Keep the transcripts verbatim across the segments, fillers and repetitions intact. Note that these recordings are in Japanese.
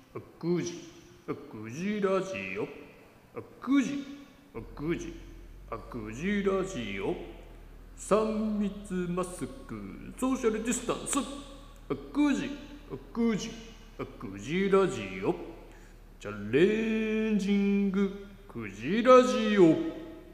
くじ、くじラジオ、くじ、くじ、くじラジオ、三密マスク、ソーシャルディスタンス、くじ、くじ、くじラジオ、チャレンジングくじラジオ。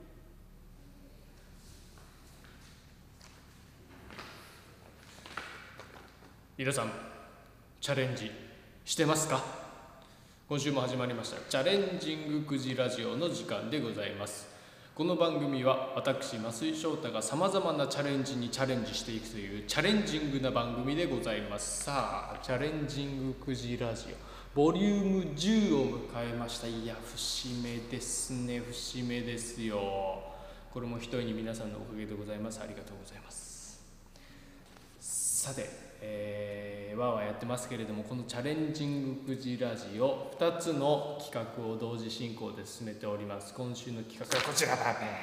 皆さん、チャレンジしてますか？今週も始まりましたチャレンジングくじラジオの時間でございます。この番組は私増井翔太がさまざまなチャレンジにチャレンジしていくというチャレンジングな番組でございます。さあ、チャレンジングくじラジオボリュームじゅうを迎えました。いや、節目ですね。節目ですよ。これも一重に皆さんのおかげでございます。ありがとうございます。さて、えー、わーわーやってますけれども、このチャレンジングくじラジオふたつの企画を同時進行で進めております。今週の企画はこちらだね。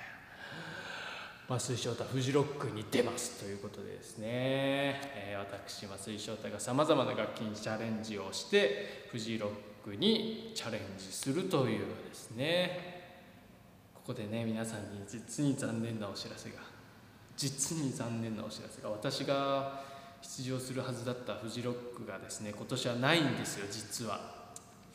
増井翔太フジロックに出ますということでですね、えー、私増井翔太がさまざまな楽器にチャレンジをしてフジロックにチャレンジするというですね。ここでね、皆さんに実に残念なお知らせが実に残念なお知らせが私が出場するはずだったフジロックがですね、今年はないんですよ。実は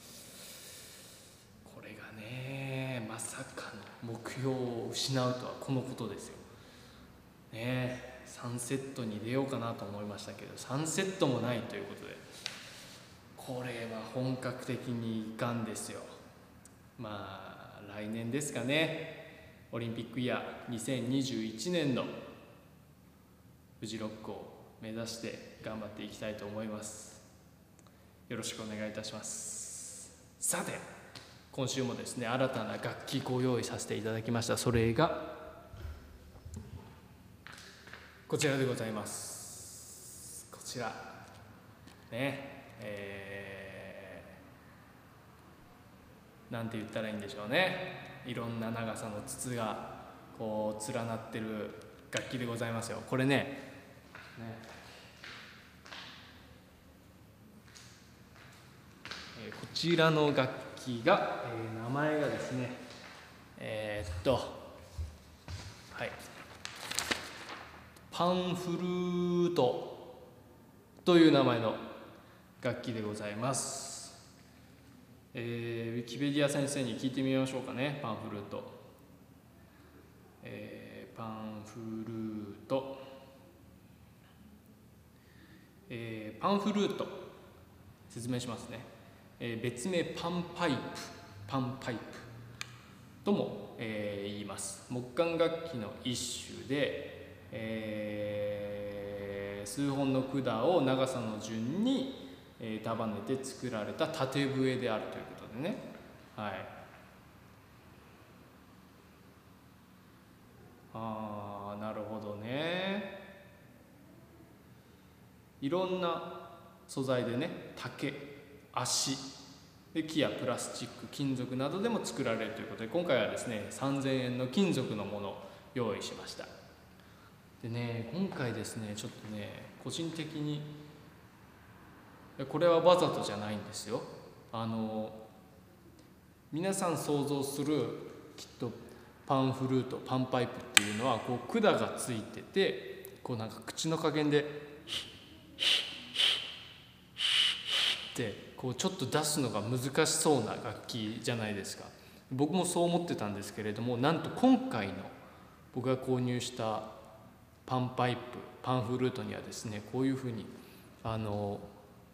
これがね、まさかの目標を失うとはこのことですよね。さんセットに出ようかなと思いましたけど、さんセットもないということで、これは本格的にいかんですよ。まあ来年ですかね、オリンピックイヤーにせんにじゅういちねんのフジロックを目指して頑張っていきたいと思います。よろしくお願いいたします。さて、今週もですね、新たな楽器ご用意させていただきました。それがこちらでございます。こちらね、えー、なんて言ったらいいんでしょうね。いろんな長さの筒がこう連なってる楽器でございますよ。これねねえー、こちらの楽器が、えー、名前がですねえー、っとはいパンフルートという名前の楽器でございます。えー、ウィキペディア先生に聞いてみましょうかね。パンフルート、えー、パンフルートえー、パンフルート説明しますね。えー、別名パンパイプパンパイプとも、えー、言います。木管楽器の一種で、えー、数本の管を長さの順に、えー、束ねて作られた縦笛であるということでね。はい。あー、なるほどね。いろんな素材でね、竹、足で木やプラスチック、金属などでも作られるということで、今回はですねさんぜんえんの金属のものを用意しました。でね、今回ですねちょっとね個人的にこれはわざとじゃないんですよ。あの皆さん想像するきっとパンフルートパンパイプっていうのはこう管がついてて、こうなんか口の加減でってこうちょっと出すのが難しそうな楽器じゃないですか。僕もそう思ってたんですけれども、なんと今回の僕が購入したパンパイプパンフルートにはですね、こういうふうにあの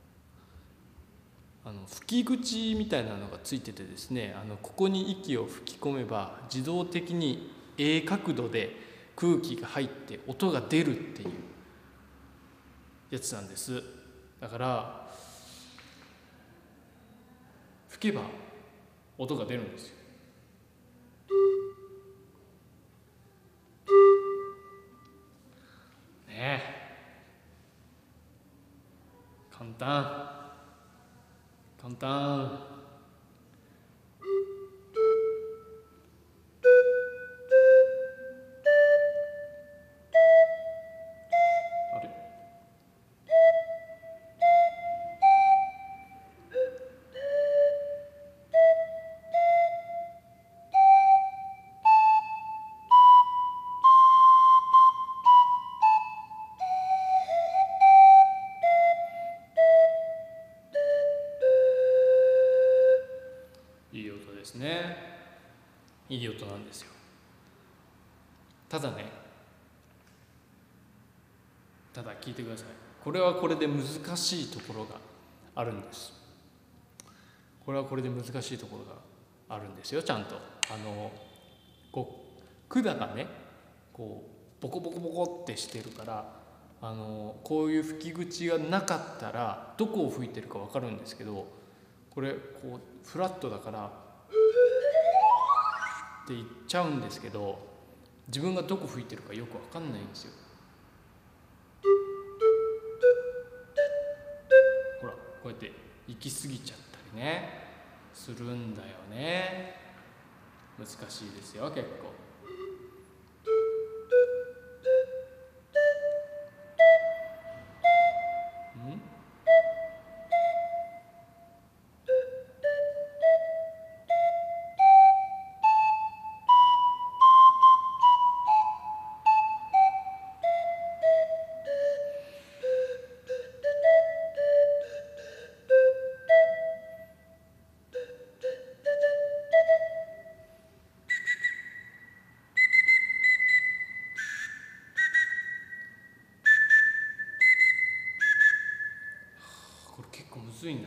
あの吹き口みたいなのがついててですね、あのここに息を吹き込めば自動的に A 角度で空気が入って音が出るっていうやつなんです。だから吹けば音が出るんですよ。ねえ、簡単簡単。あれいい音なんですよ。ただねただ聞いてください。これはこれで難しいところがあるんです。これはこれで難しいところがあるんですよ。ちゃんとあのこう管がねこうボコボコボコってしてるから、あのこういう吹き口がなかったらどこを吹いてるか分かるんですけど、これこうフラットだからって言っちゃうんですけど、自分がどこ吹いてるかよく分かんないんですよ。ほらこうやって行き過ぎちゃったりねするんだよね。難しいですよ結構。んこれ結構むずいな。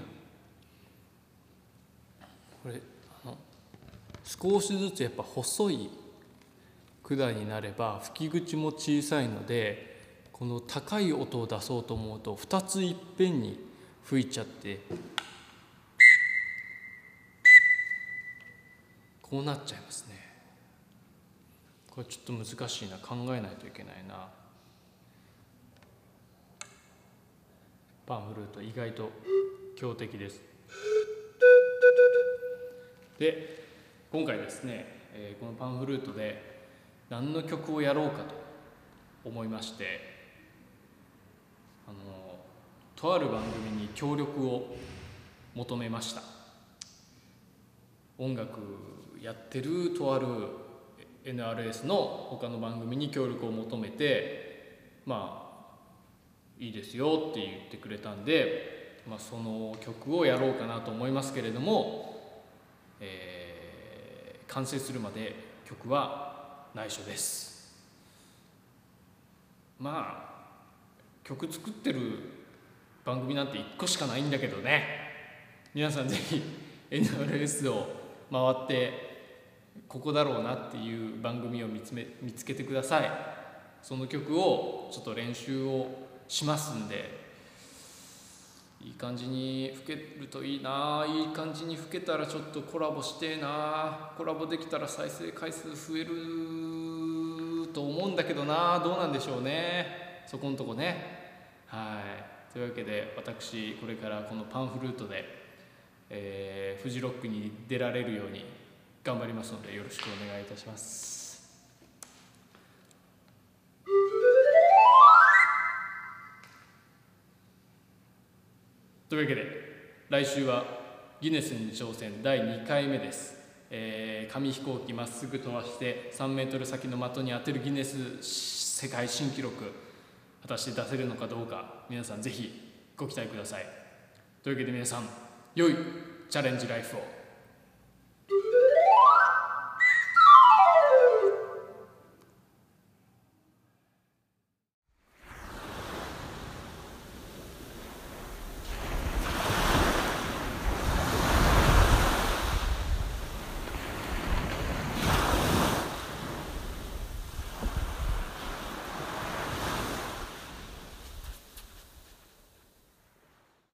これあの少しずつやっぱ細い管になれば吹き口も小さいので、この高い音を出そうと思うとふたついっぺんに吹いちゃってこうなっちゃいますね。これちょっと難しいな、考えないといけないな。パンフルート意外と強敵です。で今回ですね、えー、このパンフルートで何の曲をやろうかと思いまして、あのとある番組に協力を求めました。音楽やってるとある エヌアールエス の他の番組に協力を求めて、まあいいですよって言ってくれたんで、まあ、その曲をやろうかなと思いますけれども、えー、完成するまで曲は内緒です。まあ曲作ってる番組なんていっこしかないんだけどね、皆さんぜひ エヌアールエス を回ってここだろうなっていう番組を見つめ見つけてください。その曲をちょっと練習をしますんで、いい感じに吹けるといいな。いい感じに吹けたらちょっとコラボしてえな。コラボできたら再生回数増えると思うんだけどな。どうなんでしょうね、そこのとこね。はい、というわけで私これからこのパンフルートで、えー、フジロックに出られるように頑張りますのでよろしくお願いいたします。というわけで来週はギネスに挑戦だいにかいめです。えー、紙飛行機まっすぐ飛ばしてさんメートル先の的に当てるギネス世界新記録果たして出せるのかどうか、皆さんぜひご期待ください。というわけで皆さん良いチャレンジライフを。